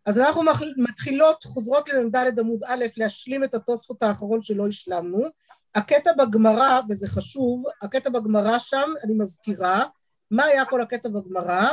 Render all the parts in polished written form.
אז אנחנו מתחילות, חוזרות למ"ד עמוד א', להשלים את התוספות האחרון שלא השלמנו. הקטע בגמרא, וזה חשוב, הקטע בגמרא שם, אני מזכירה, מה היה כל הקטע בגמרא?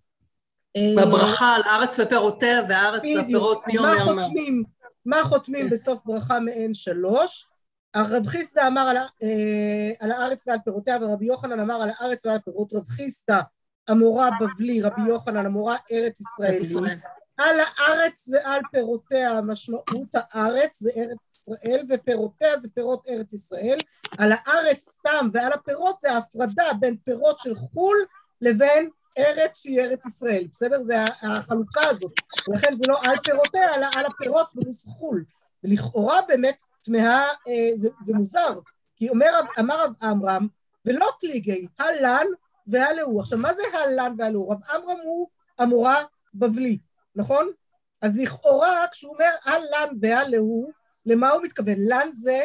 בברכה על הארץ ופירותיה, והארץ והפירות מי אומר מה. מה חותמים בסוף ברכה מעין 3? הרב חיסדא אמר על הארץ ועל פירותיה, ורבי יוחנן אמר על הארץ ועל הפירות. רב חיסדא אמורה בבלי, רבי יוחנן אמורה ארץ ישראלי. על הארץ ועל פירותיה, משמעות הארץ זה ארץ ישראל, ופירותיה זה פירות ארץ ישראל. על הארץ סתם ועל הפירות זה ההפרדה בין פירות של חול לבין ארץ שהיא ארץ ישראל, בסדר? זה החלוקה הזאת, ולכן זה לא על פירותיה, אלא על הפירות בנוס חול. ולכאורה באמת תמהה, זה מוזר, כי אמר רב עמרם, ולא פליגי, הלן והלהו. עכשיו, מה זה הלן והלהו? רב עמרם הוא אמורה בבלי, נכון? אז לכאורה, כשהוא אומר הלן והלהו, למה הוא מתכוון? לן זה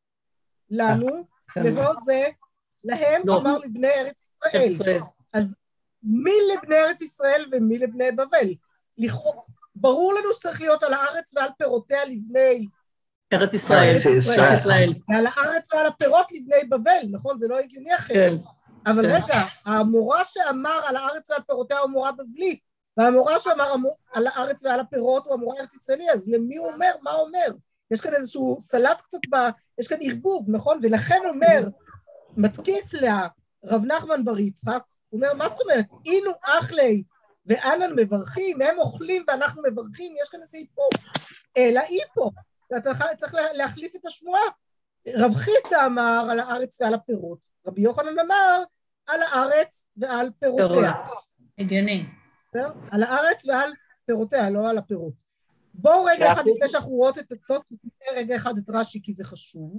לנו, להו זה להם, אמר לבני ארץ ישראל. אז מי לבני ארץ ישראל ומי לבני בבל? ברור לנו שצריך להיות על הארץ ועל פירותיה לבני ארץ ישראל. ועל הארץ ועל הפירות לבני בבל, נכון? זה לא הגיוני אחרת. אבל רגע, המורה שאמר על הארץ ועל פירותיה הוא מורה בבלי, והמורה שאמר על הארץ ועל הפירות הוא המורה ארץ ישראלי, אז למי הוא אומר? מה הוא אומר? יש כאן איזשהו סלט קצת, יש כאן ערבוב, נכון? ולכן אומר, מתקיף לרב נחמן בר יצחק, הוא אומר, מה זאת אומרת? אינו אחלי ואנן מברכים, הם אוכלים ואנחנו מברכים, יש כאן איזה היפוך. אלא היפוך, ואתה צריך להחליף את השמועה. רב חיסדא אמר על הארץ ועל הפירות, רבי יוחנן אמר על הארץ ועל פירותיה. הגיוני. על הארץ ועל פירותיה, לא על הפירות. בואו רגע אחד לפני שאנחנו רואות את התוספות, רגע אחד את רש"י, כי זה חשוב.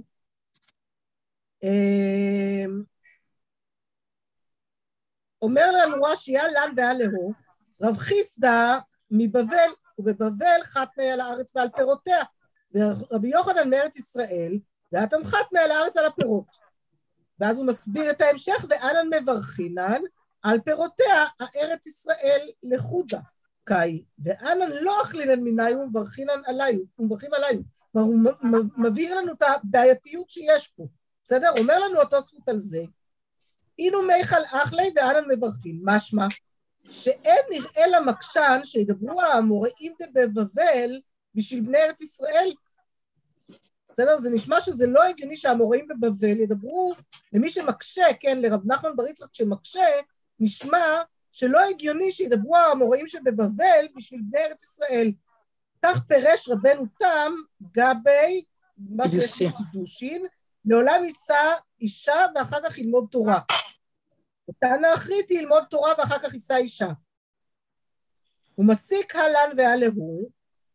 אומר לנו רש"י, הלן והלהו, רב חיסדא מבבל, ובבבל חתמי על הארץ ועל פירותיה, ורבי יוחנן מארץ ישראל, ואתם חתמי על הארץ על הפירות. ואז הוא מסביר את ההמשך, ואנן מברכינן על פירותיה, הארץ ישראל לחודה. קאי, ואנן לא אכלינן מיני ומברכינן עליו, ומברכים עליו. הוא מבהיר לנו את הבעייתיות שיש פה. בסדר? אומר לנו התוספות על זה, אינו מיכל אחלי ואנן מברכים, משמע שאין נראה למקשן שידברו האמוראים בבבל בשביל בני ארץ ישראל. בסדר? זה נשמע שזה לא הגיוני שהאמוראים בבבל ידברו למי שמקשה, כן, לרב נחמן בר יצחק שמקשה, נשמע שלא הגיוני שידברו האמוראים שבבבל בשביל בני ארץ ישראל. כך פירש רבנו תם גבי, מה שיש קידושין, לעולם יישא אישה ואחר כך ילמוד תורה. הטענה האחרית היא ללמוד תורה ואחר כך יישא אישה. הוא מסיק הלן והלהו,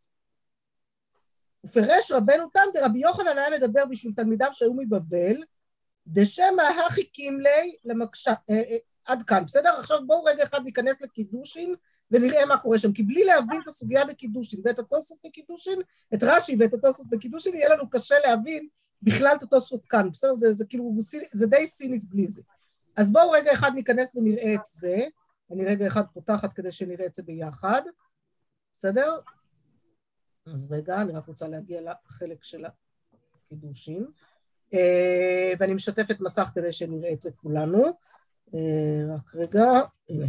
ופרש רבנו תם דרבי יוחנן היה מדבר בשביל תלמידיו שהיו מבבל, דשמא החיכים לי למקשה, עד כאן, בסדר? עכשיו בואו רגע אחד ניכנס לקידושין ונראה מה קורה שם, כי בלי להבין את הסוגיה בקידושין ואת התוספות בקידושין, את רש"י ואת התוספות בקידושין, יהיה לנו קשה להבין בכלל את התוספות כאן, בסדר? זה כאילו, זה די סינית בלי זה. אז בואו רגע אחד ניכנס ונראה את זה, אני רגע אחד פותחת כדי שנראה את זה ביחד, בסדר? אז רגע, אני רק רוצה להגיע לחלק של הקידושין, ואני משתפת מסך כדי שנראה את זה כולנו, רק רגע, הנה.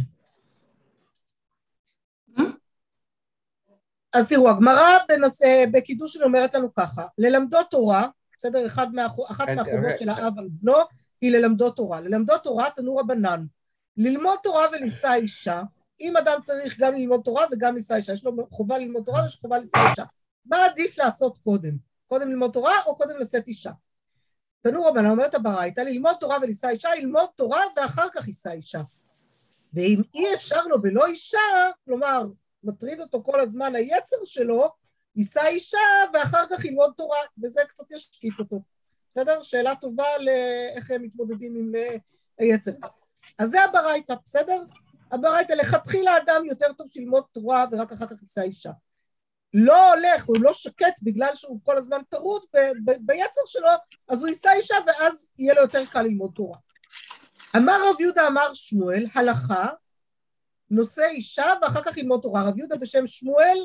אז תראו, הגמרא בקידושין אומרת לנו ככה, ללמדו תורה, בסדר, אחת מהחובות של האב על בנו, היא ללמדו תורה. ללמדו תורה תנו רבנן. ללמוד תורה ולישא אישה, אם אדם צריך גם ללמוד תורה וגם לישא אישה, יש לו חובה ללמוד תורה ויש חובה לישא אישה. מה עדיף לעשות קודם? קודם ללמוד תורה או קודם לשאת אישה? תנו רבנן, אומרת הברייתא, ללמוד תורה ולישא אישה, ללמוד תורה ואחר כך יישא אישה. ואם אי אפשר לו בלא אישה, כלומר, מטריד אותו כל הזמן היצר שלו, יישא אישה ואחר כך ילמוד תורה, וזה קצת ישקיט אותו. בסדר? שאלה טובה לאיך הם מתמודדים עם היצר. אז זה הברייתא, בסדר? הברייתא, לכתחילה האדם יותר טוב שילמוד תורה ורק אחר כך יישא אישה. לא הולך, הוא לא שקט בגלל שהוא כל הזמן טרוד ביצר שלו, אז הוא יישא אישה ואז יהיה לו יותר קל ללמוד תורה. אמר רב יהודה אמר שמואל, הלכה, נושא אישה ואחר כך ללמוד תורה. רב יהודה בשם שמואל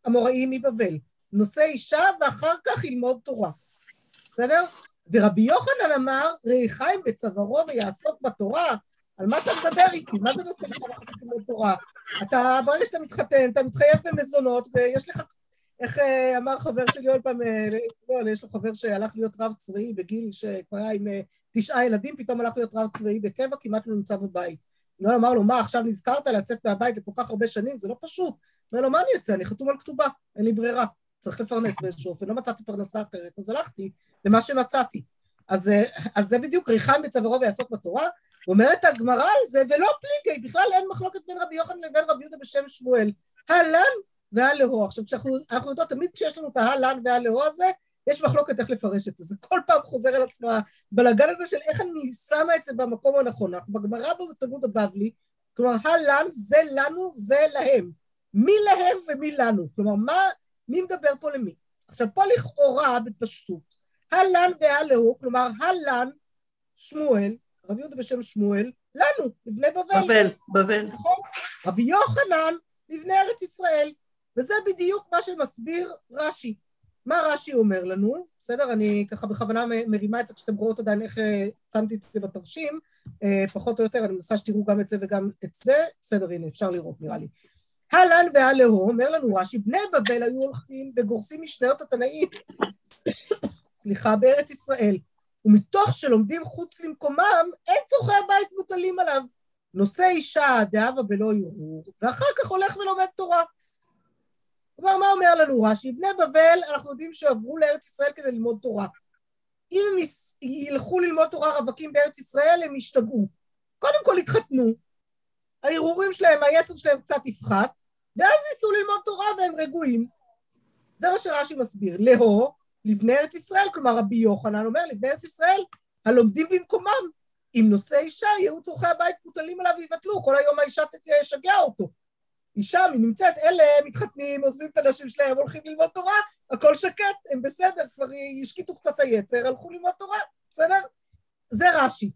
אמוראים מבבל, נושא אישה ואחר כך ילמוד תורה, בסדר? ורבי יוחנן אמר, ראה חיים בצווארו ויעסוק בתורה, על מה אתה מדבר איתי? מה זה נושא אישה ואחר כך ילמוד תורה? אתה, ברגע שאתה מתחתן, אתה מתחייב במזונות, ויש לך, איך אמר חבר שלי עוד פעם, לא, יש לו חבר שהלך להיות רב צבאי בגיל שכבר היה עם 9 ילדים, פתאום הלך להיות רב צבאי בקבע, כמעט לא נמצא בבית. לא אמר לו, מה, עכשיו נזכרת לצאת מהבית לכל כך הרבה שנים? זה לא פשוט. אומר לו, מה אני אעשה? אני חתום על כתובה, אין לי ברירה. צריך לפרנס באיזשהו אופן, לא מצאתי פרנסה אחרת, אז הלכתי למה שמצאתי. אז זה בדיוק, ראה חיים בצווארו ויעסוק בתורה, אומרת הגמרא על זה, ולא פליגי, בכלל אין מחלוקת בין רבי יוחנן לבין רבי יהודה בשם שמואל, הלן והלהו. עכשיו, אנחנו יודעות, תמיד כשיש לנו את ההלן והלהו הזה, יש מחלוקת איך לפרש את זה, זה כל פעם חוזר על עצמה, בלגן הזה של איך אני שמה את זה במקום הנכון. אנחנו בגמרא בתלמוד הבבלי, כלומר, הלן זה לנו, זה להם. מי להם ומי לנו? כלומר, מי מדבר פה למי? עכשיו, פה לכאורה בפשטות, הלן והלהו, כלומר, הלן, שמואל, רבי יהודה בשם שמואל, לנו, לבני בבל. בבל. נכון? רבי יוחנן, לבני ארץ ישראל, וזה בדיוק מה שמסביר רש"י. מה רש"י אומר לנו? בסדר, אני ככה בכוונה מרימה את זה, כשאתם רואות עדיין איך שמתי את זה בתרשים, פחות או יותר, אני מנסה שתראו גם את זה וגם את זה, בסדר, הנה, אפשר לראות נראה לי. הלן והלהו, אומר לנו רש"י, בני בבל היו הולכים וגורסים משניות התנאים, סליחה, בארץ ישראל, ומתוך שלומדים חוץ למקומם, אין צורכי הבית מוטלים עליו. נושא אישה דאבה בלא ירור, ואחר כך הולך ולומד תורה. כלומר, מה אומר לנו רש"י? בני בבל, אנחנו יודעים שעברו לארץ ישראל כדי ללמוד תורה. אם הם ילכו ללמוד תורה רווקים בארץ ישראל, הם ישתגעו. קודם כל התחתנו, הערעורים שלהם, היצר שלהם קצת יפחת, ואז ייסעו ללמוד תורה והם רגועים. זה מה שרש"י מסביר. להו, לבני ארץ ישראל, כלומר רבי יוחנן אומר, לבני ארץ ישראל, הלומדים במקומם, אם נושא אישה, יהיו צורכי הבית מוטלים עליו ויבטלו, כל היום האישה תשגע אותו. אישה, היא נמצאת, אלה מתחתנים, עוזבים את הנשים שלהם, הולכים ללמוד תורה, הכל שקט, הם בסדר, כבר ישקיטו קצת היצר, הלכו ללמוד תורה, בסדר? זה רש"י.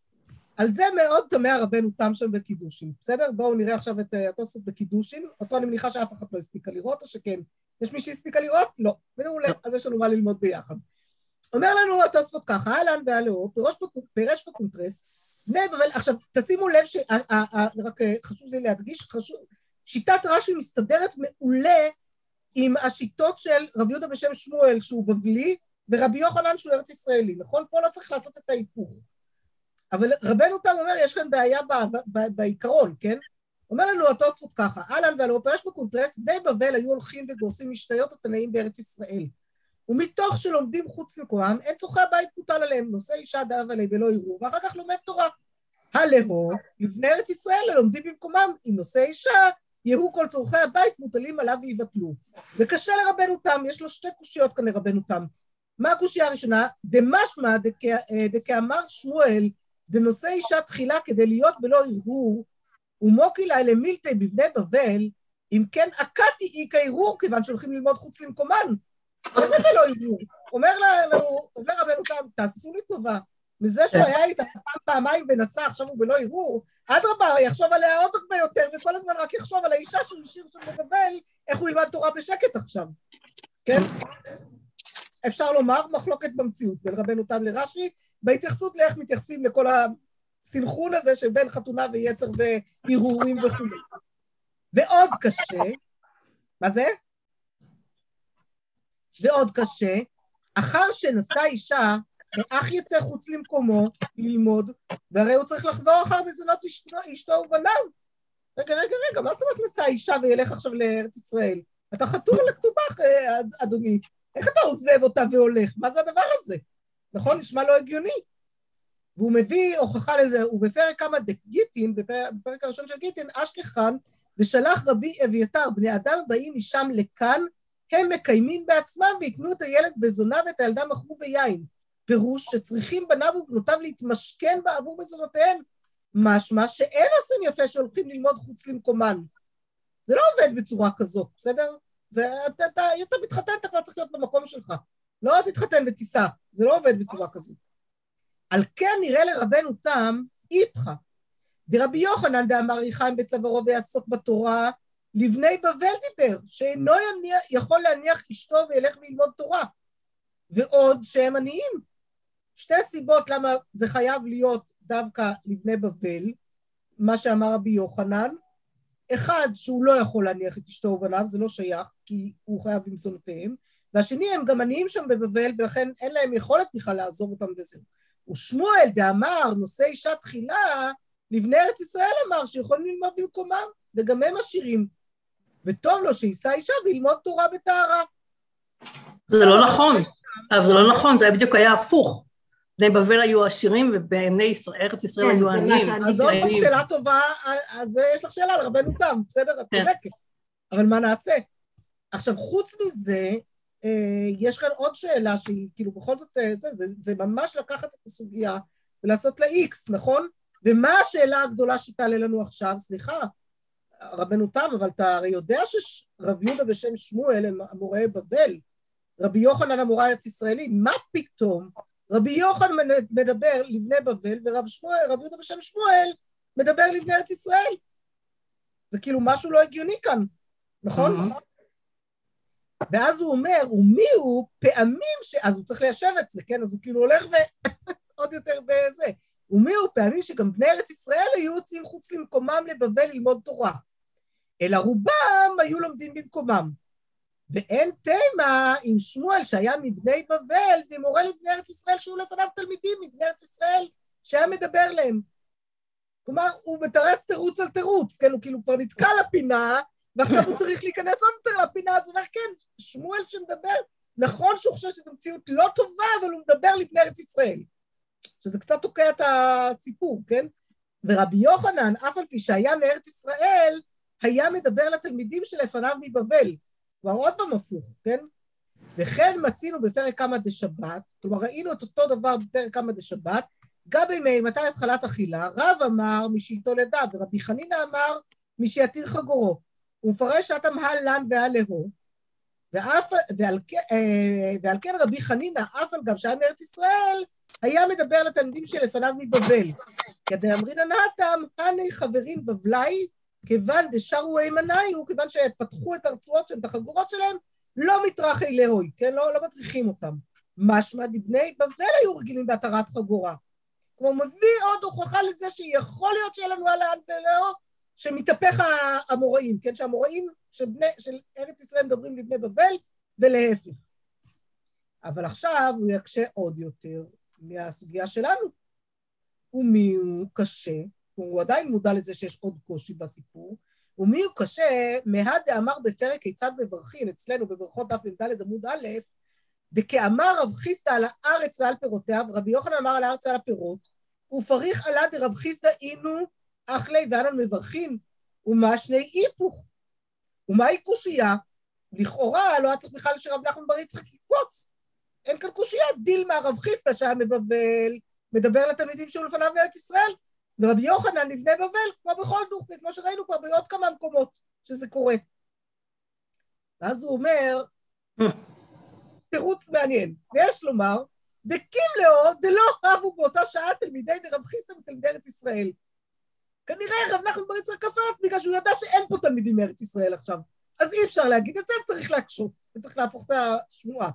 על זה מאוד תמה רבנו תם שם בקידושין, בסדר? בואו נראה עכשיו את התוספות בקידושין, אותו אני מניחה שאף אחד לא הספיקה לראות, או שכן? יש מי שהספיקה לראות? לא. מעולה, אז יש לנו מה ללמוד ביחד. אומר לנו התוספות ככה, הלן והלהו, פירש בקונטרס, בני בבל, עכשיו תשימו לב רק חשוב לי להדגיש, שיטת רש"י מסתדרת מעולה עם השיטות של רבי יהודה בשם שמואל שהוא בבלי, ורבי יוחנן שהוא ארץ ישראלי, נכון? פה לא צריך לעשות את ההיפוך. אבל רבנו תם אומר, יש כאן בעיה בעיקרון, כן? אומר לנו התוספות ככה, אהלן והלהו, פירש בקונטרס, בני בבל היו הולכים וגורסים משניות התנאים בארץ ישראל. ומתוך שלומדים חוץ מקומם, אין צורכי הבית מוטל עליהם, נושא אישה דאבה עליהם ולא יראו, ואחר כך לומד תורה. הלהו, לבני ארץ ישראל, הלומדים במקומם, עם נושא אישה, יראו כל צורכי הבית מוטלים עליו ויבטלו. וקשה לרבנו תם, יש לו 2 קושיות כאן לרבנו תם. מה הקושייה הראשונה? דמשמע דכאמר שמואל, דנושא אישה תחילה כדי להיות בלא ערעור, ומוקי לה למילתי בבני בבל, אם כן עקתי איקה ערעור, כיוון שהולכים ללמוד חוץ למקומן. מה זה בלא ערעור? אומר רבנו תם, תעשו לי טובה, מזה שהוא היה איתה פעמיים ונסע, עכשיו הוא בלא ערעור, אדרבה, יחשוב עליה עוד הרבה יותר, וכל הזמן רק יחשוב על האישה שהוא השאיר שם בבבל, איך הוא ילמד תורה בשקט עכשיו. כן? אפשר לומר, מחלוקת במציאות בין רבנו תם לרש"י, בהתייחסות לאיך מתייחסים לכל הסנכרון הזה שבין חתונה ויצר והרהורים וכו'. ועוד קשה, מה זה? ועוד קשה, אחר שנשא אישה, אך יצא חוץ למקומו ללמוד, והרי הוא צריך לחזור אחר מזונות אשתו ובניו. רגע, מה זאת אומרת נשא אישה וילך עכשיו לארץ ישראל? אתה חתום על הכתובה, אדוני. איך אתה עוזב אותה והולך? מה זה הדבר הזה? נכון? נשמע לא הגיוני. והוא מביא הוכחה לזה, ובפרק כמה דגיטין, בפרק הראשון של גיטין, אשכחן, ושלח רבי אביתר, בני אדם באים משם לכאן, הם מקיימים בעצמם ויתנו את הילד בזונה ואת הילדה מכרו ביין. פירוש שצריכים בניו ובנותיו להתמשכן בעבור מזונותיהם, משמע שאין עושים יפה שהולכים ללמוד חוץ למקומן. זה לא עובד בצורה כזאת, בסדר? אתה מתחתן, אתה כבר צריך להיות במקום שלך. לא תתחתן ותיסע, זה לא עובד בצורה כזאת. על כן נראה לרבנו תם, איפכה. דרבי יוחנן דאמר ראה חיים בצווארו ויעסוק בתורה, לבני בבל דיבר, שאינו יכול להניח אשתו וילך וילמוד תורה, ועוד שהם עניים. שתי סיבות למה זה חייב להיות דווקא לבני בבל, מה שאמר רבי יוחנן, אחד, שהוא לא יכול להניח את אשתו ובניו, זה לא שייך, כי הוא חייב במזונותיהם, והשני, הם גם עניים שם בבבל, ולכן אין להם יכולת בכלל לעזוב אותם וזהו. ושמואל דאמר, נושא אישה תחילה, לבני ארץ ישראל אמר, שיכולים ללמוד במקומם, וגם הם עשירים. וטוב לו שישא אישה וילמוד תורה בטהרה. זה לא נכון, אבל זה לא נכון, זה בדיוק היה הפוך. בני בבל היו עשירים, ובני ארץ ישראל היו עניים. אז עוד פעם שאלה טובה, אז יש לך שאלה על רבנו תם, בסדר? את צודקת. אבל מה נעשה? עכשיו, חוץ מזה, יש כאן עוד שאלה שהיא, כאילו, בכל זאת, זה ממש לקחת את הסוגיה ולעשות לה איקס, נכון? ומה השאלה הגדולה שתעלה לנו עכשיו? סליחה, רבנו תם, אבל אתה הרי יודע שרב יהודה בשם שמואל הם אמוראי בבל, רבי יוחנן אמוראי ארץ ישראלי, מה פתאום? רבי יוחנן מדבר לבני בבל, ורב יהודה בשם שמואל מדבר לבני ארץ ישראל. זה כאילו משהו לא הגיוני כאן, נכון? ואז הוא אומר, ומי הוא פעמים אז הוא צריך ליישב את זה, כן? אז הוא כאילו הולך ועוד יותר בזה. ומי הוא פעמים שגם בני ארץ ישראל היו יוצאים חוץ למקומם לבבל ללמוד תורה, אלא רובם היו לומדים במקומם. ואין תימה עם שמואל שהיה מבני בבל, דמורה לבני ארץ ישראל שהיו לפניו תלמידים מבני ארץ ישראל שהיה מדבר להם. כלומר, הוא מתרס תירוץ על תירוץ, כן? הוא כאילו כבר נתקע לפינה, ועכשיו הוא צריך להיכנס עוד יותר לפינה, אז הוא אומר, כן, שמואל שמדבר, נכון שהוא חושב שזו מציאות לא טובה, אבל הוא מדבר לבני ארץ ישראל. שזה קצת תוקע את הסיפור, כן? ורבי יוחנן, אף על פי שהיה מארץ ישראל, היה מדבר לתלמידים שלפניו מבבל. כבר עוד פעם הפוך, כן? וכן מצינו בפרק כמה דשבת, כלומר ראינו את אותו דבר בפרק כמה דשבת, גם מתי התחלת אכילה, רב אמר משאיתו לידה, ורבי חנינא אמר משיתיר חגורו. הוא מפרש שאתם הלן והלהו, ועל כן רבי חנינא, אף על גב שהיה מארץ ישראל, היה מדבר לתלמידים שלפניו מבבל. כדי אמרינן התם, הני חברין בבלי, כיוון דשרו הימניו, כיוון שפתחו את הרצועות שלהם, את החגורות שלהם, לא מתרחי להוי, כן? לא מטריחים אותם. משמע דבני בבל היו רגילים בהתרת חגורה. כמו מביא עוד הוכחה לזה שיכול להיות שיהיה לנו הלן ולאו, שמתהפך המוראים, כן? שהמוראים של ארץ ישראל מדברים לבני בבל, ולהפך. אבל עכשיו הוא יקשה עוד יותר מהסוגיה שלנו. ומי הוא קשה, הוא עדיין מודע לזה שיש עוד קושי בסיפור, ומי הוא קשה, מהד דאמר בפרק כיצד מברכין, אצלנו בברכות דף מ"ד עמוד א', דכאמר רב חיסדא על הארץ ועל פירותיה, ורבי יוחנן אמר על הארץ ועל הפירות, ופריך עלה דרב חיסדא אינו, אחלי ואנן מברכין, ומה שני היפוך? ומהי קושייה? לכאורה לא היה צריך בכלל שרב נחמן בר יצחק יקפוץ. אין כאן קושייה, דילמה רב חיסדא שהיה מבבל, מדבר לתלמידים שהיו לפניו בארץ ישראל, ורבי יוחנן לבני בבל, כמו בכל דוכתא, כמו שראינו כבר בעוד כמה מקומות שזה קורה. ואז הוא אומר, תירוץ מעניין, ויש לומר, דקים לאו דלא רבו באותה שעה תלמידי דרב חיסדא ותלמידי ארץ ישראל. כנראה רב נחמן בר יצחק קפץ, בגלל שהוא ידע שאין פה תלמידים מארץ ישראל עכשיו. אז אי אפשר להגיד את זה, צריך להקשות, וצריך להפוך את השמועה.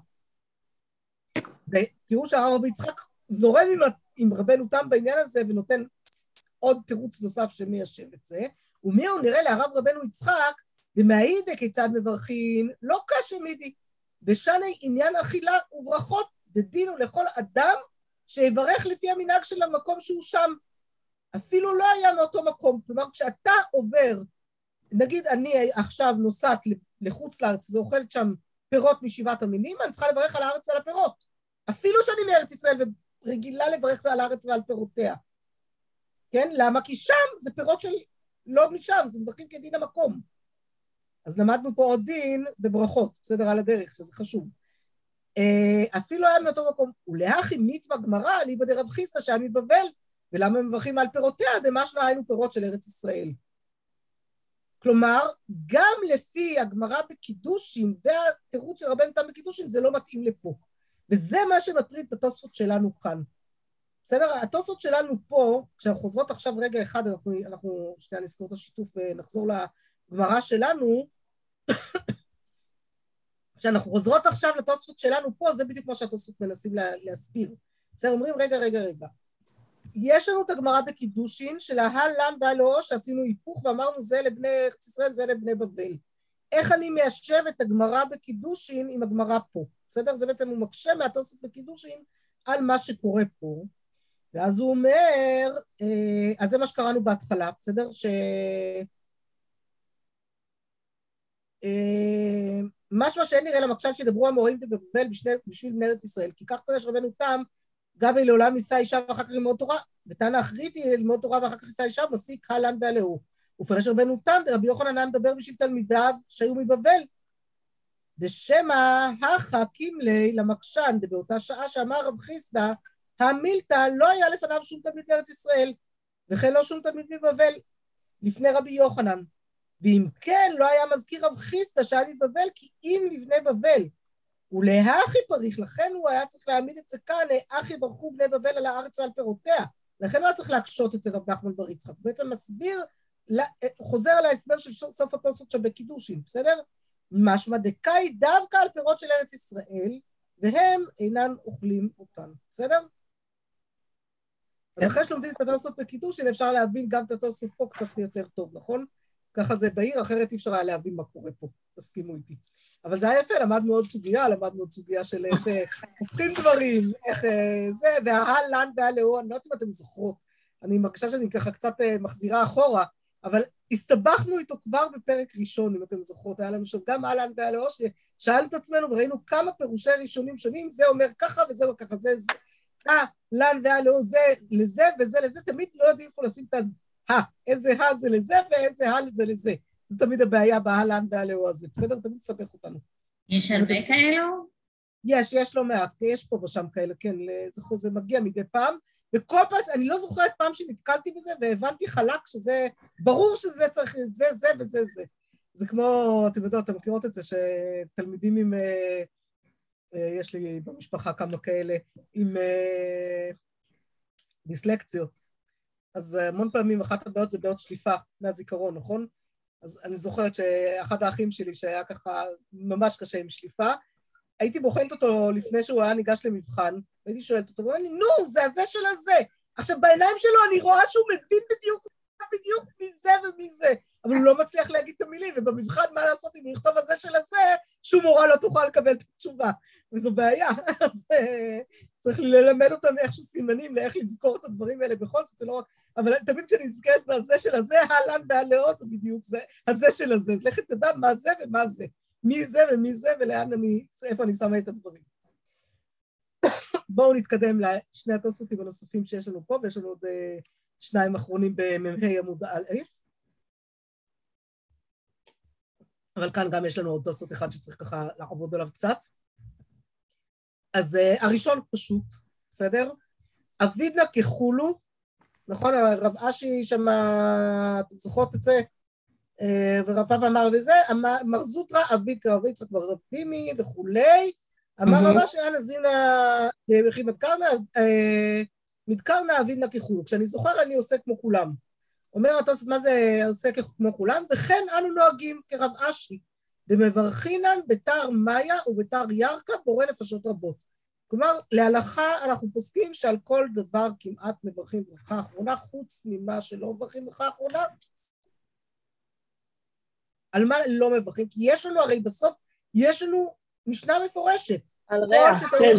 ותראו שהרב רבי יצחק זורם עם רבנו תם בעניין הזה, ונותן עוד תירוץ נוסף שמיישב את זה, ומי הוא נראה להרב רבנו יצחק, דמאידא כיצד מברכין, לא קשה מידי, ושני עניין אכילה וברכות, דדינו לכל אדם שיברך לפי המנהג של המקום שהוא שם, אפילו לא היה מאותו מקום, כלומר כשאתה עובר, נגיד אני עכשיו נוסעת לחוץ לארץ ואוכלת שם פירות משבעת המינים, אני צריכה לברך על הארץ ועל הפירות, אפילו שאני מארץ ישראל ורגילה לברך על הארץ ועל פירותיה, כן? למה? כי שם זה פירות של לא משם, זה מברכים כדין המקום. אז למדנו פה עוד דין בברכות, בסדר על הדרך, שזה חשוב. אפילו היה מאותו מקום, ולהכי מיתווה גמרא, ליבא דרב חיסדא שהיה מבבל, ולמה הם מברכים על פירותיה? דמשמע היינו פירות של ארץ ישראל. כלומר, גם לפי הגמרא בקידושין, והתירוץ של רבנו תם בקידושין, זה לא מתאים לפה. וזה מה שמטריד את התוספות שלנו כאן. בסדר? התוספות שלנו פה, כשאנחנו חוזרות עכשיו רגע אחד, אנחנו שנייה נזכור את השיתוף ונחזור הגמרא שלנו, כשאנחנו חוזרות עכשיו לתוספות שלנו פה, זה בדיוק מה שהתוספות מנסים להסביר. בסדר, אומרים, רגע. יש לנו את הגמרא בקידושין של ההלן והלאו, שעשינו היפוך ואמרנו זה לבני ארץ ישראל, זה לבני בבל. איך אני מיישב את הגמרא בקידושין עם הגמרא פה? בסדר? זה בעצם הוא מקשה מהתוספות בקידושין על מה שקורה פה. ואז הוא אומר, אז זה מה שקראנו בהתחלה, בסדר? משמע שאין נראה למקשן שידברו המוראים בבבל בשביל בני ארץ ישראל, כי כך פרש רבנו תם, גבי לעולם יישא אישה ואחר כך ללמוד תורה, ותנא אחריתי ללמוד תורה ואחר כך יישא אישה, מסיק הלן והלאו. ופרש רבנו תם, רבי יוחנן היה מדבר בשביל תלמידיו שהיו מבבל. דשמא החכים לי למקשן, באותה שעה שאמר רב חיסדא, המילתא לא היה לפניו שום תלמיד בארץ ישראל, וכן לא שום תלמיד מבבל, לפני רבי יוחנן. ואם כן, לא היה מזכיר רב חיסדא שהיה מבבל, כי אם לבני בבל, ולהכי פריך, לכן הוא היה צריך להעמיד את זה כאן, אחי ברכו בני בבל על הארץ ועל פירותיה, לכן הוא היה צריך להקשות את זה רב נחמן בר יצחק, הוא בעצם מסביר, חוזר על ההסבר של סוף התוספות שבקידושין, בסדר? משמע דקאי דווקא על פירות של ארץ ישראל, והם אינם אוכלים אותן, בסדר? אז אחרי שלומדים את התוספות בקידושין, אפשר להבין גם את התוספות פה קצת יותר טוב, נכון? ככה זה בהיר, אחרת אי אפשר היה להבין מה קורה פה, תסכימו איתי. אבל זה היה יפה, למדנו עוד סוגיה של איך הופכים דברים, איך זה, וההלן והלאו, אני לא יודעת אם אתם זוכרות, אני מרגישה שאני ככה קצת מחזירה אחורה, אבל הסתבכנו איתו כבר בפרק ראשון, אם אתם זוכרות, היה לנו שם גם ההלן והלאו, ששאלנו את עצמנו וראינו כמה פירושי ראשונים שונים, זה אומר ככה וזה אומר ככה, זה, ההלן והלאו, זה לזה וזה לזה, תמיד לא יודעים איפה לשים את איזה זה לזה ואיזה זה לזה. זה תמיד הבעיה בהלן והלאו הזה. בסדר? תמיד מסבך אותנו. יש הרבה כאלו? יש לא מעט, יש פה ושם כאלה, כן, זה מגיע מדי פעם, וכל פעם, אני לא זוכרת פעם שנתקלתי בזה, והבנתי חלק שזה, ברור שזה צריך, זה וזה זה. זה כמו, אתם יודעות, אתם מכירות את זה, שתלמידים עם, יש לי במשפחה כמה כאלה, עם דיסלקציות. אז המון פעמים אחת הבעיות זה בעיות שליפה מהזיכרון, נכון? אז אני זוכרת שאחד האחים שלי שהיה ככה ממש קשה עם שליפה, הייתי בוחנת אותו לפני שהוא היה ניגש למבחן, והייתי שואלת אותו, ואומר לי, נו, זה הזה של הזה. עכשיו בעיניים שלו אני רואה שהוא מבין בדיוק מזה ומזה, אבל הוא לא מצליח להגיד את המילים, ובמבחן מה לעשות אם הוא יכתוב הזה של הזה, שום מורה לא תוכל לקבל את התשובה, וזו בעיה. אז צריך ללמד אותם איכשהו סימנים, לאיך לזכור את הדברים האלה בכל זאת, זה לא רק, אבל תמיד כשאני נזכרת מהזה של הזה, ההלן והלאו זה בדיוק זה, הזה של הזה, אז לכת תדע מה זה ומה זה, מי זה ומי זה איפה אני שמה את הדברים. בואו נתקדם לשני התוספות הנוספים שיש לנו פה, ויש לנו עוד שניים אחרונים במ"ה עמוד א', אבל כאן גם יש לנו עוד תוספות אחד שצריך ככה לעבוד עליו קצת. אז הראשון פשוט, בסדר? אבידנא כחולו, נכון, רב אשי שם, אתם זוכרות את זה, ורב פאפא אמר וזה, מר זוטרא אביד כרב יצחק בר פימי וכולי, אמר רב אשי אנא זימנא וכי מתקרנא אבידנא כחולו, כשאני זוכר אני עושה כמו כולם. אומר התוספות מה זה עושה כמו כולם, וכן אנו נוהגים כרב אשי, דמברכינן בתר מאיה ובתר ירקה בורא נפשות רבות. כלומר, להלכה אנחנו פוסקים שעל כל דבר כמעט מברכים ברכה אחרונה, חוץ ממה שלא מברכים ברכה אחרונה. על מה לא מברכים? כי יש לנו, הרי בסוף, יש לנו משנה מפורשת. על ריח, כן.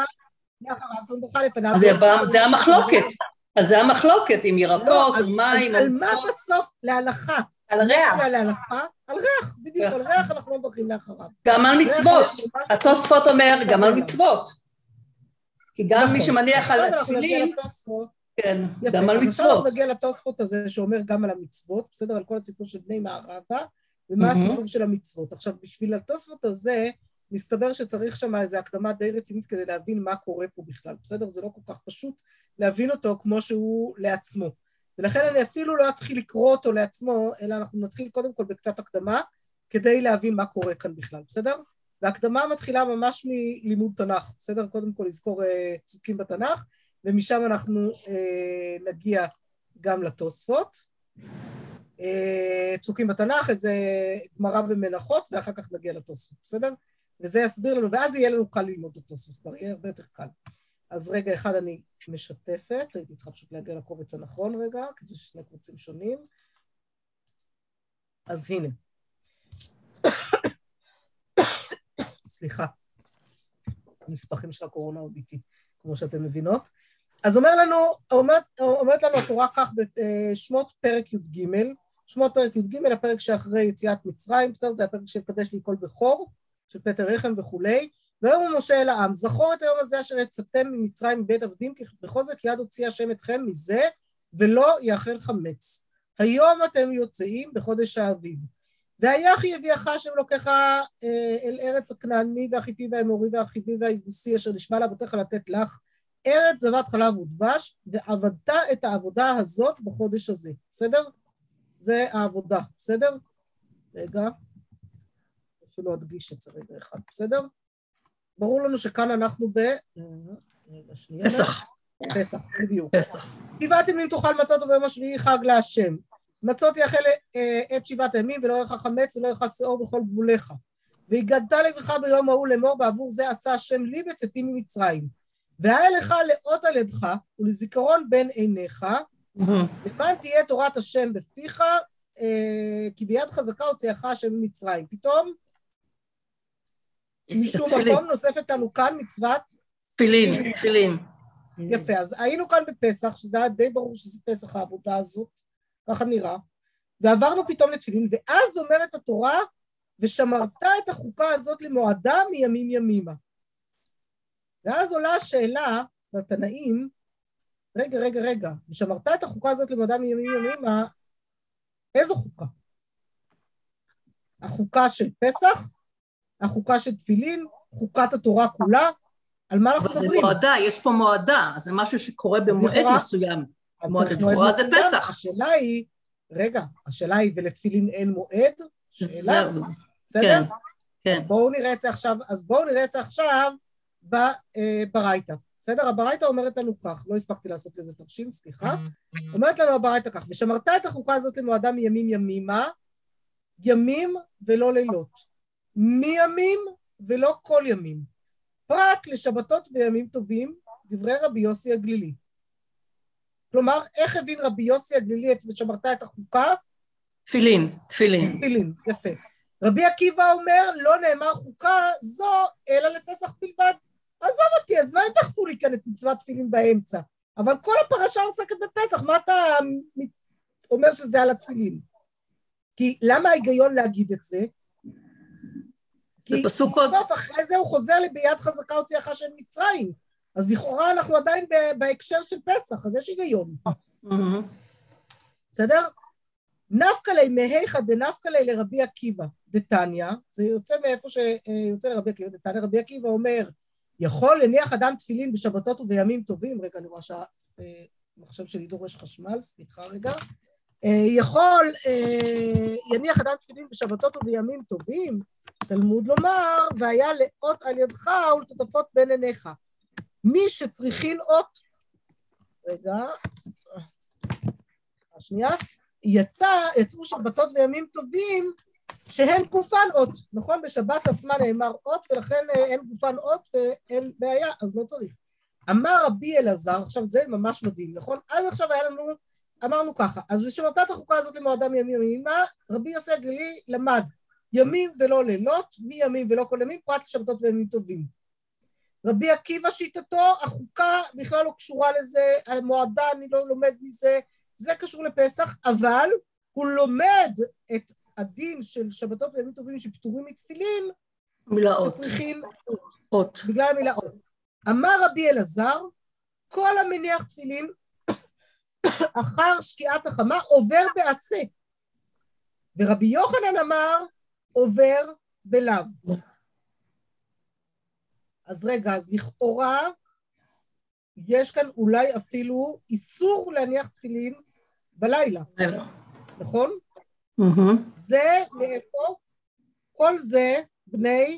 זה המחלוקת. אז זה המחלוקת עם ירקות, עם מים, על מה בסוף להלכה? על ריח. על ריח, בדיוק, על ריח אנחנו לא מברכים לאחריו. גם על מצוות. התוספות אומר גם על מצוות. כי גם מי שמניח על התפילין, כן, גם על מצוות. עכשיו נגיע לתוספות הזה שאומר גם על המצוות, בסדר, על כל הסיפור של בני מערבה, ומה הסיפור של המצוות. עכשיו, בשביל התוספות הזה, מסתבר שצריך שם איזו הקדמה די רצינית כדי להבין מה קורה פה בכלל, בסדר? זה לא כל כך פשוט להבין אותו כמו שהוא לעצמו. ולכן אני אפילו לא אתחיל לקרוא אותו לעצמו, אלא אנחנו נתחיל קודם כל בקצת הקדמה, כדי להבין מה קורה כאן בכלל, בסדר? והקדמה מתחילה ממש מלימוד תנ"ך, בסדר? קודם כל לזכור פסוקים בתנ"ך, ומשם אנחנו נגיע גם לתוספות. פסוקים בתנ"ך, איזה גמרא במנחות, ואחר כך נגיע לתוספות, בסדר? וזה יסביר לנו, ואז יהיה לנו קל ללמוד את התוספות, כבר יהיה הרבה יותר קל. אז רגע אחד אני משתפת, הייתי צריכה פשוט להגיע לקובץ הנכון רגע, כי זה שני קבוצים שונים. אז הנה. סליחה. הנספחים של הקורונה עוד איתי, כמו שאתם מבינות. אז אומרת לנו התורה כך בשמות פרק י"ג, שמות פרק י"ג, הפרק שאחרי יציאת מצרים, בסדר, זה הפרק של קדש לי כל בכור, של פטר רחם וכולי, ויאמר משה אל העם, זכור את היום הזה אשר יצאתם ממצרים מבית עבדים, כי בכל זה כי יד הוציא השם אתכם מזה, ולא יאכל חמץ. היום אתם יוצאים בחודש האביב. והיחי יביאך השם אלוקיך אל ארץ הכנעני והחיתי והאמורי והחיבי והיבוסי, אשר נשבע לאבותיך לתת לך, ארץ זבת חלב ודבש, ועבדת את העבודה הזאת בחודש הזה. בסדר? זה העבודה. בסדר? רגע. אפילו אדגיש את זה רגע אחד. בסדר? ברור לנו שכאן אנחנו פסח. פסח, בדיוק. פסח. שבעת ימים תאכל מצות וביום השביעי חג להשם. מצות יאכל את 7 ימים, ולא יאכל חמץ ולא יאכל שאור בכל גבוליך. והגדת לבך ביום ההוא לאמור, בעבור זה עשה השם לי בצאתי ממצרים. והיה לך לאות על ידך ולזיכרון בין עיניך, למען תהיה תורת השם בפיך, כי ביד חזקה הוציאך השם ממצרים. פתאום משום מקום נוספת לנו כאן מצוות תפילין. יפה, אז היינו כאן בפסח, שזה היה די ברור שזה פסח העבודה הזאת, ככה נראה, ועברנו פתאום לתפילין, ואז אומרת התורה, ושמרת את החוקה הזאת למועדה מימים ימימה. ואז עולה השאלה לתנאים, רגע, ושמרת את החוקה הזאת למועדה מימים ימימה, איזו חוקה? החוקה של פסח? החוקה של תפילין? חוקת התורה כולה? על מה אנחנו מדברים? אבל זה מועדה, יש פה מועדה, זה משהו שקורה במועד מסוים. מועד לכאורה זה פסח. השאלה היא, ולתפילין אין מועד? שאלה? בסדר? כן. אז בואו נראה את זה עכשיו ברייתא. בסדר? הברייתא אומרת לנו כך, לא הספקתי לעשות לזה תרשים, סליחה. אומרת לנו הברייתא כך, ושמרת את החוקה הזאת למועדה מימים ימימה, ימים ולא לילות. מימים ולא כל ימים. פרט לשבתות וימים טובים, דברי רבי יוסי הגלילי. כלומר, איך הבין רבי יוסי הגלילי ושמרת את החוקה? תפילין, יפה. רבי עקיבא אומר, לא נאמר חוקה זו, אלא לפסח בלבד. עזוב אותי, אז מה הם דחפו לי כאן את מצוות תפילין באמצע? אבל כל הפרשה עוסקת בפסח, מה אתה אומר שזה על התפילין? כי למה ההיגיון להגיד את זה? כי בסוף אחרי זה הוא חוזר ביד חזקה הוציאך של מצרים, אז לכאורה אנחנו עדיין בהקשר של פסח, אז יש היגיון. בסדר? נפקא ליה מהיכא דנפקא ליה לרבי עקיבא דתניא, זה יוצא מאיפה שיוצא לרבי עקיבא דתניא, רבי עקיבא אומר, יכול להניח אדם תפילין בשבתות ובימים טובים, רגע אני רואה שהמחשב שלי דורש חשמל, סליחה רגע, יכול יניח אדם תפילין בשבתות ובימים טובים, תלמוד לומר, והיה לאות על ידך ולטוטפות בין עיניך. מי שצריכין אות, רגע, השנייה, יצאו שבתות וימים טובים, שהן גופן אות, נכון? בשבת עצמה נאמר אות, ולכן אין גופן אות ואין בעיה, אז לא צריך. אמר רבי אלעזר, עכשיו זה ממש מדהים, נכון? עד עכשיו היה לנו, אמרנו ככה, אז ושמרת את החוקה הזאת למועדה מימים ימימה, רבי יוסי הגלילי למד, ימים ולא לילות, מימים ולא כל ימים, פרט לשבתות וימים טובים. רבי עקיבא שיטתו, החוקה בכלל לא קשורה לזה, המועדה אני לא לומד מזה, זה קשור לפסח, אבל הוא לומד את הדין של שבתות וימים טובים שפטורים מתפילין, שצריכים אות. בגלל המילה אות. אמר רבי אלעזר, כל המניח תפילין אחר שקיעת החמה עובר בעשה. ורבי יוחנן אמר, עובר בלאו. אז רגע, אז לכאורה, יש כאן אולי אפילו איסור להניח תפילין בלילה. נכון? זה מאיפה? כל זה בני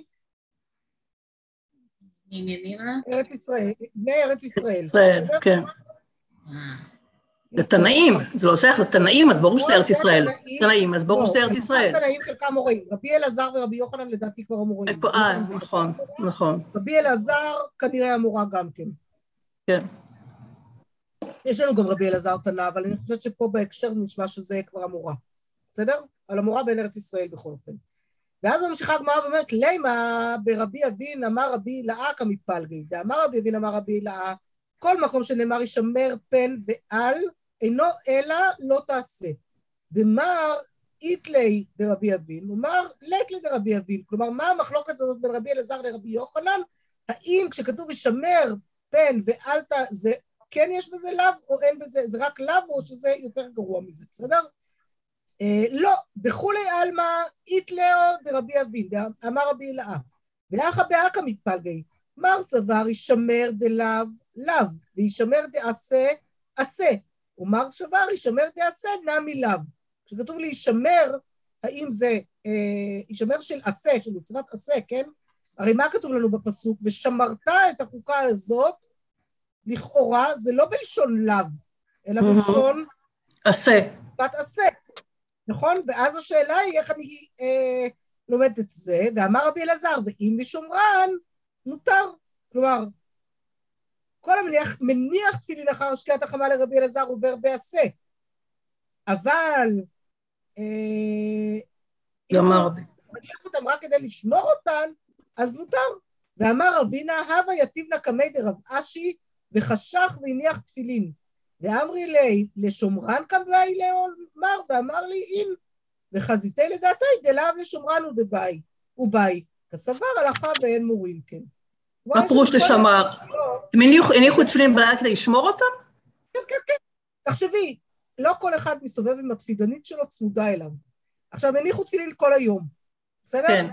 ארץ ישראל. בני ארץ ישראל. כן. זה תנאים, זה לא שייך לתנאים, אז ברור שזה ארץ ישראל. תנאים, אז ברור שזה ארץ ישראל. תנאים חלקם מורים, רבי אלעזר ורבי יוחנן לדעתי כבר המורים. נכון, נכון. רבי אלעזר כנראה המורה גם כן. כן. יש לנו גם רבי אלעזר תנא, אבל אני חושבת שפה בהקשר נשמע שזה כבר המורה. בסדר? על המורה בין ארץ ישראל בכל אופן. ואז המשיכה הגמרא ואומרת, לימה ברבי אבין אמר רבי לאה כמפלגי, דאמר רבי אבין אמר רבי לאה, כל מקום שנאמר ישמר פן ועל, אינו אלא לא תעשה. דמר איתלי דרבי אבין, אומר ליתלי דרבי אבין, כלומר מה המחלוקת הזאת בין רבי אלעזר לרבי יוחנן, האם כשכתוב ישמר פן ועל זה כן יש בזה לאו או אין בזה, זה רק לאו או שזה יותר גרוע מזה, בסדר? לא, דכולי עלמא איתלאו דרבי אבין, אמר רבי לאה, ואחא באקא מתפלגי, מר סבר ישמר דלאו לאו, וישמר דעשה עשה, ומר סבר ישמר דעשה נמי לאו. כשכתוב לי ישמר, האם זה ישמר של עשה, של מצוות עשה, כן? הרי מה כתוב לנו בפסוק? ושמרת את החוקה הזאת, לכאורה זה לא בלשון לאו, אלא בלשון עשה. מצוות עשה. נכון? ואז השאלה היא איך אני לומדת את זה, ואמר רבי אלעזר, ואם לשומרן, מותר. כלומר, כל מניח תפילין אחר שקיעת החמה לרבי אלעזר עובר בעשה. אבל, אם הוא מניח אותם רק כדי לשמור אותן, אז מותר. ואמר רבינה, הווה יתיבנה קמי דרב אשי, וחשך והניח תפילין. ואמרי לי, לשומרן קמאי לאמר, ואמר לי, אין, וחזיתי לדעתי, דלאו לשומרן ודבאי, ובאי, כסבר הלכה ואין מורים, כן. מה פירוש לשמר? הם הניחו תפילין בלילה כדי לשמור אותם? כן, כן, כן. תחשבי, לא כל אחד מסתובב עם התפידנית שלו צמודה אליו. עכשיו, הניחו תפילין כל היום, בסדר? כן.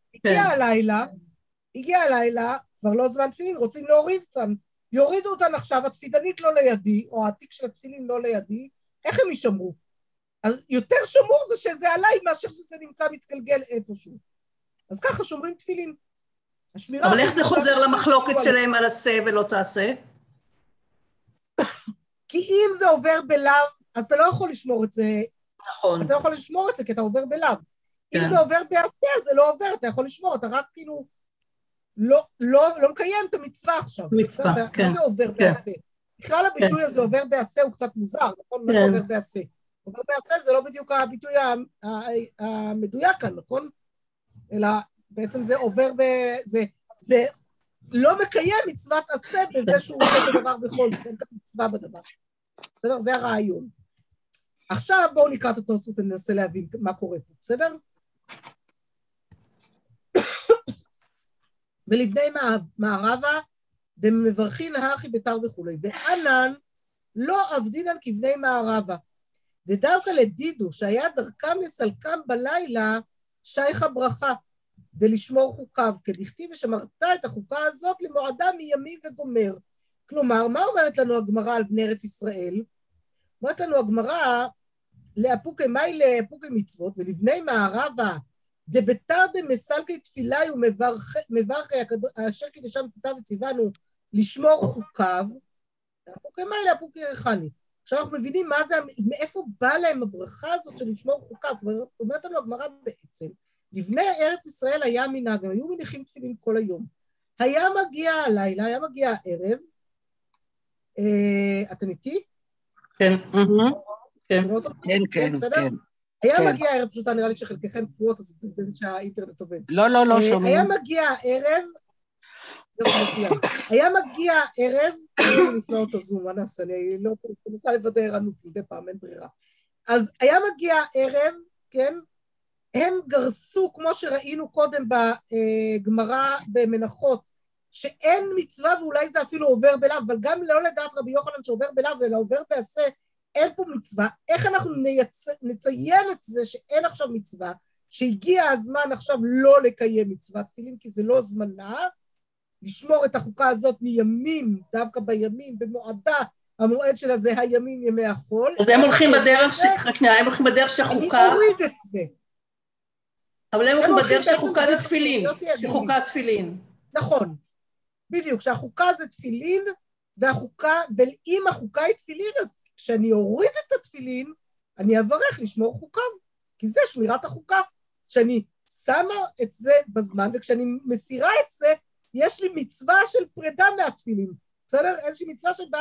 הגיע הלילה, כבר לא זמן תפילין, רוצים להוריד אותם. יורידו אותן עכשיו, התפידנית לא לידי, או התיק של התפילין לא לידי, איך הם ישמרו? אז יותר שמור זה שזה עליי, מאשר שזה נמצא מתגלגל איפשהו. אז ככה שומרים תפילין. אבל איך זה חוזר למחלוקת שלהם על עשה ולא תעשה? כי אם זה עובר בלאו, אז אתה לא יכול לשמור את זה. נכון. אתה לא יכול לשמור את זה, כי אתה עובר בלאו. אם זה עובר בעשה, זה לא עובר, אתה יכול לשמור, אתה רק כאילו לא מקיים את המצווה עכשיו. מצווה, כן. מה זה עובר בעשה? בכלל הביטוי הזה עובר בעשה הוא קצת מוזר, נכון? מה זה עובר בעשה? עובר בעשה זה לא בדיוק הביטוי המדויק כאן, נכון? אלא בעצם זה עובר זה לא מקיים מצוות עשה בזה שהוא עושה את הדבר בכל זאת, אין כאן מצווה בדבר. בסדר? זה הרעיון. עכשיו בואו נקרא את התוספות, אני אנסה להבין מה קורה פה, בסדר? ולבני מערבה, דמברכין האחי ביתר וכו'. וענן לא עבדינן כבני מערבה. דווקא לדידו, שהיה דרכם לסלקם בלילה, שייך ברכה, דלשמור חוקיו, כדכתיב ושמרת את החוקה הזאת למועדה מימי וגומר. כלומר, מה אומרת לנו הגמרא על בני ארץ ישראל? אומרת לנו הגמרא, לאפוקי מי לאפוקי מצוות, ולבני מערבה, דבתר דמסלקי תפילה ומברכי אשר קידשם תתה וציוונו לשמור חוקיו, לאפוקי מי לאפוקי רחני. עכשיו אנחנו מבינים מה זה, מאיפה בא להם הברכה הזאת של לשמור חוקיו, אומרת לנו הגמרא בעצם, לבני ארץ ישראל היה מנהג, הם היו מניחים תפילין כל היום. היה מגיע הלילה, היה מגיע הערב, אתם איתי? כן. כן, כן, כן. היה מגיע הערב, פשוט נראה לי שחלקכם קבועות, אז בגלל שהאינטרנט עובד. לא, שומעים. היה מגיע הערב, היה מגיע הערב, אני נפלא אותו זום, מה נעשה, אני לא מנסה לוודא ערנות, מדי פעם, אין ברירה. אז היה מגיע הערב, כן, הם גרסו, כמו שראינו קודם בגמרא במנחות, שאין מצווה ואולי זה אפילו עובר בלאו, אבל גם לא לדעת רבי יוחנן שעובר בלאו, אלא עובר בעשה, אין פה מצווה. איך אנחנו נציין את זה שאין עכשיו מצווה, שהגיע הזמן עכשיו לא לקיים מצוות תפילין, כי זה לא זמנה, לשמור את החוקה הזאת מימים, דווקא בימים, במועדה, המועד שלה זה הימים ימי החול. אז הם הולכים בדרך שהחוקה... אני אוריד את זה. אבל הם הולכים בדרך שהחוקה זה תפילין, שחוקה תפילין. נכון, בדיוק, שהחוקה זה תפילין, ואם החוקה היא תפילין, אז כשאני אוריד את התפילין, אני אברך לשמור חוקיו, כי זה שמירת החוקה, שאני שמה את זה בזמן, וכשאני מסירה את זה, יש לי מצווה של פרידה מהתפילין, בסדר? איזושהי מצווה שבה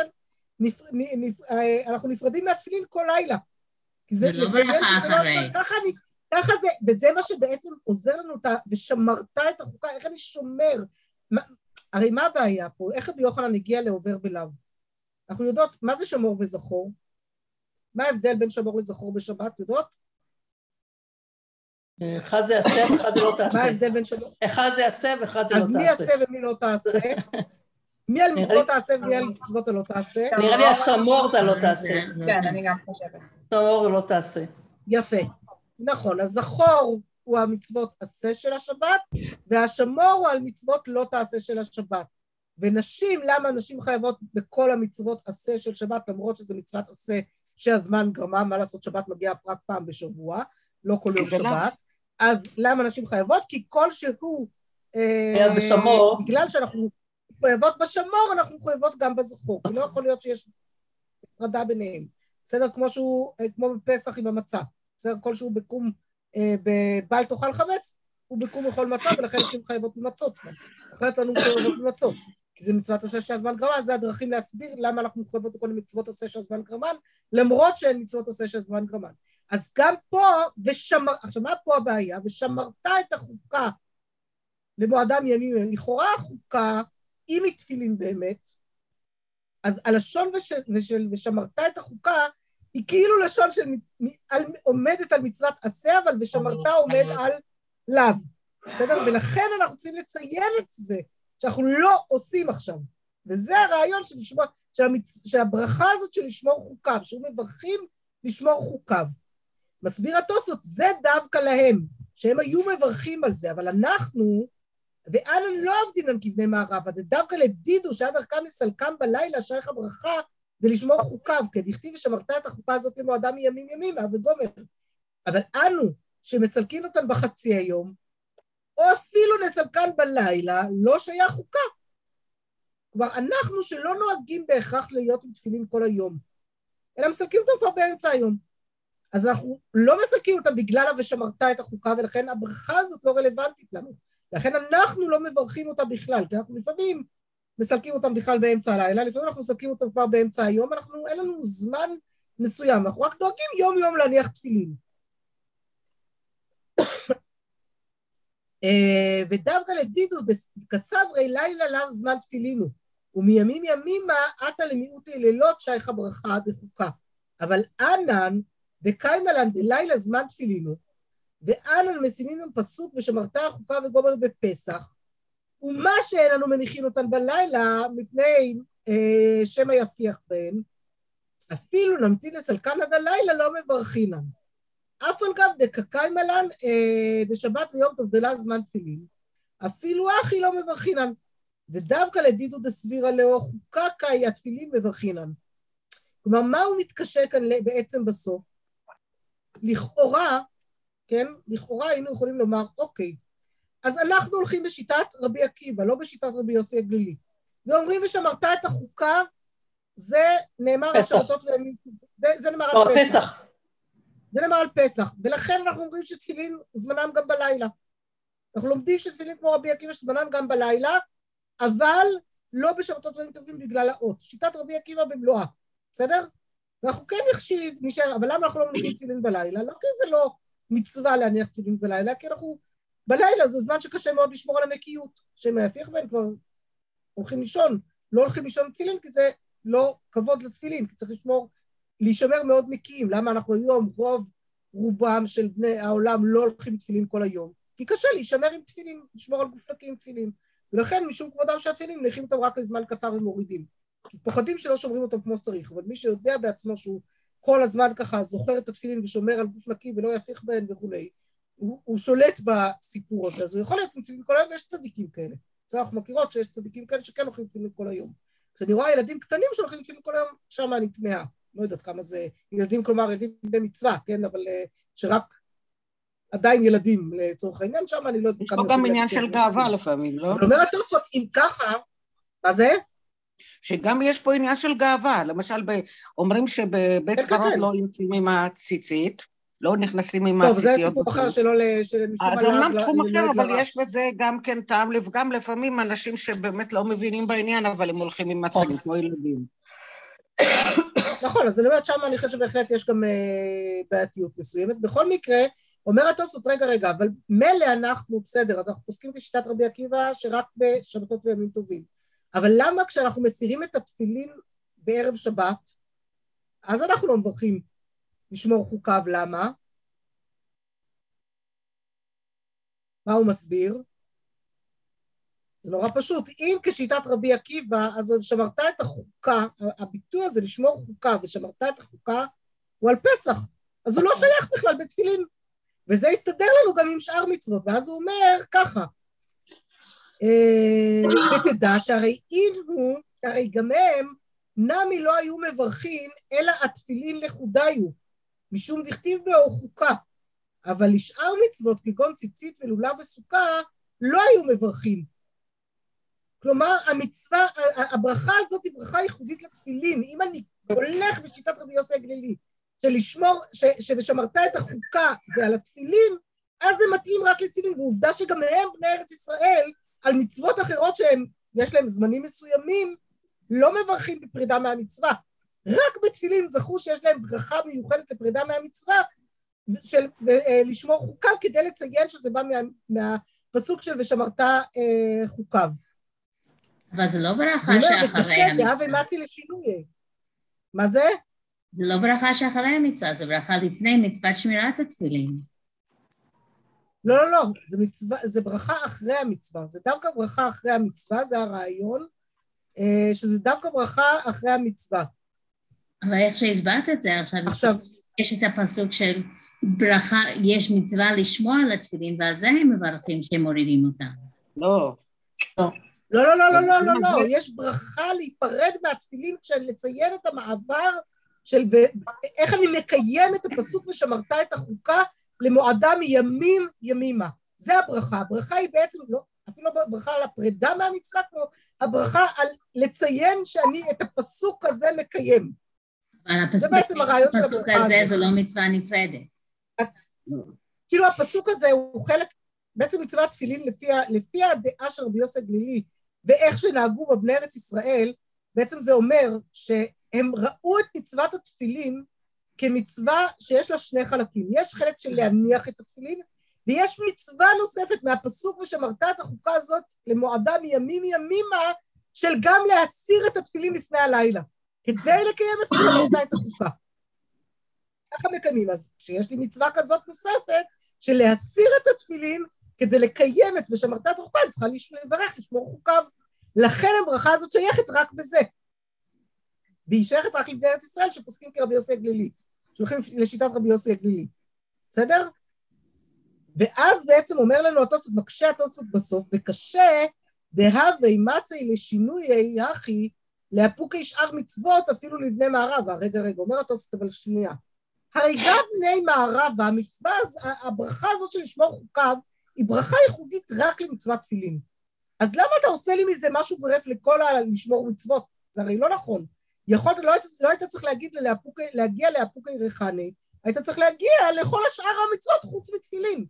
אנחנו נפרדים מהתפילין כל לילה. זה לא ברכה אחרי. ככה זה, וזה מה שבעצם עוזר לנו, ושמרת את החוקה, איך אני שומר, הרי מה הבעיה פה? איך רבי יוחנן הגיע לעובר בלאו? אנחנו יודעות, מה זה שמור וזכור? מה ההבדל בין שמור לזכור בשבת, יודעות? אחד זה עשה ואחד זה לא תעשה. מה ההבדל בין שמור? אחד זה עשה ואחד זה לא תעשה. אז מי עשה ומי לא תעשה? מי על מצוות תעשה ומי על מצוות לא תעשה? נראה לי השמור זה לא תעשה. כן, אני גם חושבת. שמור לא תעשה. יפה, נכון, הזכור הוא המצוות עשה של השבת, והשמור הוא על מצוות לא תעשה של השבת. ונשים, למה נשים חייבות בכל המצוות עשה של שבת, למרות שזה מצוות עשה שהזמן גרמה, מה לעשות, שבת מגיעה רק פעם בשבוע, לא כל יום שבת, אז למה נשים חייבות? כי כל שהוא, בגלל שאנחנו חייבות בשמור, אנחנו חייבות גם בזכור, כי לא יכול להיות שיש הפרדה ביניהם, בסדר? כמו בפסח עם המצה, בסדר? כל שהוא בקום בבל תאכל חמץ, הוא בקום יכול מצה, ולכן נשים חייבות במצות, אחרת לנו חייבות במצות, כי זה מצוות עשה שהזמן גרמן, זה הדרכים להסביר למה אנחנו חייבות בכל מצוות עשה שהזמן גרמן, למרות שהן מצוות עשה שהזמן גרמן. אז גם פה, עכשיו מה פה הבעיה? ושמרת את החוקה למועדם ימים, לכאורה החוקה, אם היא תפילין באמת, אז הלשון ושמרת את החוקה, היא כאילו לשון עומדת על מצוות עשה, אבל ושמרת עומד על לאו, בסדר? ולכן אנחנו צריכים לציין את זה, שאנחנו לא עושים עכשיו, וזה הרעיון של הברכה הזאת של לשמור חוקיו, שהוא מברכים לשמור חוקיו. מסביר התוספות, זה דווקא להם, שהם היו מברכים על זה, אבל אנחנו, ואנן לא עבדינן כבני מערבה, זה דווקא לדידו, שעד ערכם לסלקם בלילה, שייך הברכה, זה לשמור חוקיו, כי דכתיב ושמרת את החוקה הזאת למועדם מימים ימימה, וגומר. אבל אנו, שמסלקים אותן בחצי היום, או אפילו נסלקן בלילה, לא שייך חוקה. כלומר, אנחנו שלא נוהגים בהכרח להיות עם תפילין כל היום, אלא מסלקים אותם כבר באמצע היום. אז אנחנו לא מסלקים אותם בגלל ושמרת את החוקה, ולכן הברכה הזאת לא רלוונטית לנו. לכן אנחנו לא מברכים אותה בכלל, כי אנחנו לפעמים מסלקים אותם בכלל באמצע הלילה, לפעמים אנחנו מסלקים אותם כבר באמצע היום, אין לנו זמן מסוים, אנחנו רק דואגים יום יום להניח תפילין. ודווקא לדידו, כסברי לילה לאו זמן תפילינו, ומימים ימימה עתה למיעוטי לילות שייך הברכה דחוקה. אבל אנן וקיימלן דלילה זמן תפילינו, ואנן משימים פסוק ושמרת החוקה וגומר בפסח, ומה שאין לנו מניחים אותן בלילה, מפני שמא יפיח בהן, אפילו נמתין לסלקן עד הלילה, לא מברכינן. אף על גב דקקיימלן דשבת ויום טוב דלה זמן תפילין, אפילו אחי לא מברכינן, ודווקא לדידו דסבירה לאו חוקה קאי התפילין מברכינן. כלומר, מה הוא מתקשה כאן בעצם בסוף? לכאורה, כן? לכאורה היינו יכולים לומר, אוקיי, אז אנחנו הולכים בשיטת רבי עקיבא, לא בשיטת רבי יוסי הגלילי, ואומרים ושמרת את החוקה, זה נאמר על שבתות וימים, זה נאמר על פסח. זה נאמר על פסח, ולכן אנחנו אומרים שתפילין זמנם גם בלילה. אנחנו לומדים שתפילין כמו רבי עקיבא שזמנם גם בלילה, אבל לא בשבתות וימים טובים בגלל האות. שיטת רבי עקיבא במלואה, בסדר? ואנחנו כן נשאר, אבל למה אנחנו לא מניחים תפילין בלילה? לא כי זה לא מצווה להניח תפילין בלילה, כי אנחנו בלילה זה זמן שקשה מאוד לשמור על הנקיות, שמהפיך בהם כבר הולכים לישון, לא הולכים לישון תפילין, כי זה לא כבוד לתפילין, כי צריך להישמר מאוד נקיים. למה אנחנו היום, רובם של בני העולם לא הולכים תפילין כל היום? כי קשה להישמר עם תפילין, לשמור על גוף נקי עם תפילין, ולכן משום כבודם שהתפילין מניחים אותם רק לזמן קצר ומורידים. כי פוחדים שלא שומרים אותם כמו שצריך, אבל מי שיודע בעצמו שהוא כל הזמן ככה זוכר את התפילין ושומר על גוף נקי ולא יפיך בהן וכולי, הוא שולט בסיפור הזה, אז הוא יכול להיות תפילין כל היום, ויש צדיקים כאלה. אנחנו מכירות שיש צדיקים כאלה שכן הולכים תפילין כל היום. כשאני רואה ילדים קטנים שהולכים תפילין כל היום, שם אני תמהה. לא יודעת כמה זה ילדים, כלומר ילדים במצווה, כן, אבל שרק עדיין ילדים לצורך העניין, שם אני לא יודעת כמה... יש פה גם עניין של גאווה לפעמים, לא? אבל אומרת תוספות, אם ככה, מה זה? שגם יש פה עניין של גאווה, למשל אומרים שבבית קברות לא יוצאים עם הציצית, לא נכנסים עם הציציות. טוב, זה סיפור אחר שלא משום זה אומנם תחום אחר, אבל יש בזה גם כן טעם לפגם, לפעמים אנשים שבאמת לא מבינים בעניין, אבל הם הולכים עם מתחילים, כמו ילדים. נכון, אז אני אומרת שם, אני חושבת שבהחלט יש גם בעייתיות מסוימת. בכל מקרה, אומר התוספות, רגע, אבל מלא אנחנו, בסדר, אז אנחנו פוסקים כשיטת רבי עקיבא, שרק בשבתות וימים טובים. אבל למה כשאנחנו מסירים את התפילין בערב שבת, אז אנחנו לא מברכים לשמור חוקיו, למה? מה הוא מסביר? זה נורא פשוט, אם כשיטת רבי עקיבא, אז שמרת את החוקה, הביטוי הזה לשמור חוקה ושמרת את החוקה, הוא על פסח, אז הוא לא שייך בכלל בתפילין, וזה יסתדר לנו גם עם שאר מצוות, ואז הוא אומר ככה, ותדע שהרי גם הם, נמי לא היו מברכים, אלא התפילין לחודיו, משום דכתיב בו חוקה, אבל לשאר מצוות, כגון ציצית ולולה וסוכה, לא היו מברכים. כלומר, המצווה, הברכה הזאת היא ברכה ייחודית לתפילין. אם אני הולך בשיטת רבי יוסי הגלילי, שלשמור, ששמרת את החוקה זה על התפילין, אז זה מתאים רק לתפילין, ועובדה שגם הם, בני ארץ ישראל, על מצוות אחרות שיש להם זמנים מסוימים, לא מברכים בפרידה מהמצווה. רק בתפילין זכו שיש להם ברכה מיוחדת לפרידה מהמצווה, של לשמור חוקה, כדי לציין שזה בא מהפסוק של ושמרת חוקיו. אבל זה לא ברכה שאחרי המצווה. ומצי לשינוי. מה זה? זה לא ברכה שאחרי המצווה, זה ברכה לפני מצוות שמירת התפילין. לא, זה ברכה אחרי המצווה, זה דווקא ברכה אחרי המצווה, זה הרעיון, שזה דווקא ברכה אחרי המצווה. אבל איך שהסברת את זה עכשיו, יש את הפסוק של ברכה, יש מצווה לשמוע על התפילין, ועל זה הם מברכים שהם מורידים אותם. לא. לא, יש ברכה להיפרד מהתפילין, כשלציין את המעבר של איך אני מקיים את הפסוק ושמרת את החוקה למועדה מימים ימימה. זה הברכה. הברכה היא בעצם, לא, אפילו ברכה על הפרידה מהמצווה, כמו הברכה על לציין שאני את הפסוק הזה מקיים. זה בעצם הרעיון של הברכה הזה. זה לא מצווה נפרדת. כאילו הפסוק הזה הוא חלק, בעצם מצוות תפילין לפי הדעה של רבי יוסי הגלילי, ואיך שנהגו בבני ארץ ישראל, בעצם זה אומר שהם ראו את מצוות התפילין כמצווה שיש לה שני חלקים. יש חלק של להניח את התפילין, ויש מצווה נוספת מהפסוק ושמרת את החוקה הזאת למועדה מימים ימימה, של גם להסיר את התפילין לפני הלילה, כדי לקיים את ושמרת את החוקה. ככה מקיימים, אז שיש לי מצווה כזאת נוספת, של להסיר את התפילין, כדי לקיים את ושמרת את החוקה, אני צריכה לברך, לשמור חוקיו. לכן הברכה הזאת שייכת רק בזה. והיא שייכת רק לבני ארץ ישראל, שפוסקים כרבי יוסי הגלילי, שהולכים לשיטת רבי יוסי הגלילי. בסדר? ואז בעצם אומר לנו התוספות, מקשה התוספות בסוף, וקשה דהווי מצי לשינוי אחי, להפוקי שאר מצוות אפילו לבני מערבה. רגע, אומר התוספות, אבל שנייה. הרי גם בני מערבה, המצווה, הברכה הזאת של לשמור חוקיו, היא ברכה ייחודית רק למצוות תפילין. אז למה אתה עושה לי מזה משהו גורף לכל לשמור מצוות? זה הרי לא נכון. לא היית צריך להגיע להפוקי ריחני, היית צריך להגיע לכל השאר המצוות חוץ מתפילין.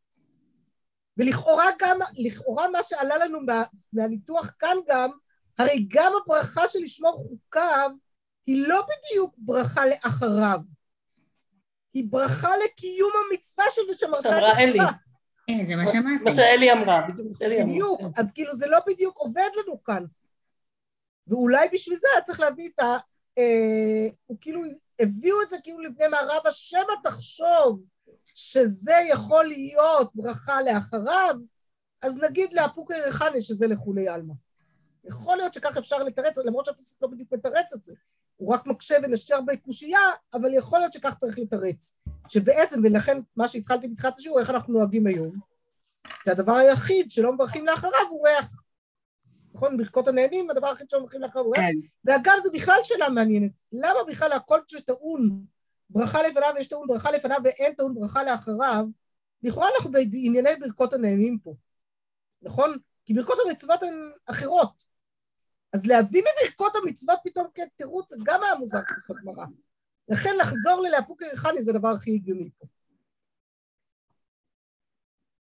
ולכאורה מה שעלה לנו מהניתוח כאן גם, הרי גם הברכה של לשמור חוקיו, היא לא בדיוק ברכה לאחריו. היא ברכה לקיום המצווה של ושמרת את החוקה. זה מה שאמרתי. מה שאלי אמרה, בדיוק, אז כאילו זה לא בדיוק עובד לנו כאן. ואולי בשביל זה צריך להביא את הוא כאילו, הביאו את זה כאילו לבני מערבה, שמא תחשוב שזה יכול להיות ברכה לאחריו, אז נגיד להפוקי ריחני שזה לכולי עלמא. יכול להיות שכך אפשר לתרץ, למרות שהתוספות לא בדיוק מתרץ את זה. הוא רק מקשה ונשאר בקושייה, אבל יכול להיות שכך צריך לתרץ. שבעצם, ולכן מה שהתחלתי בתחילת השיעור, איך אנחנו נוהגים היום, שהדבר היחיד שלא מברכים לאחריו הוא ריח. נכון? ברכות הנהנים, הדבר היחיד שלא מברכים לאחריו הוא ריח. ואגב, זה בכלל שאלה מעניינת. למה בכלל הכל שטעון ברכה לפניו ויש טעון ברכה לפניו ואין טעון ברכה לאחריו? לכאורה אנחנו בענייני ברכות הנהנים פה. נכון? כי ברכות המצוות הן אחרות. אז להביא מברכות המצוות פתאום כתירוץ, זה גם היה מוזר קצת בגמרא. לכן לחזור ללאפוק ירחני זה הדבר הכי הגיוני פה.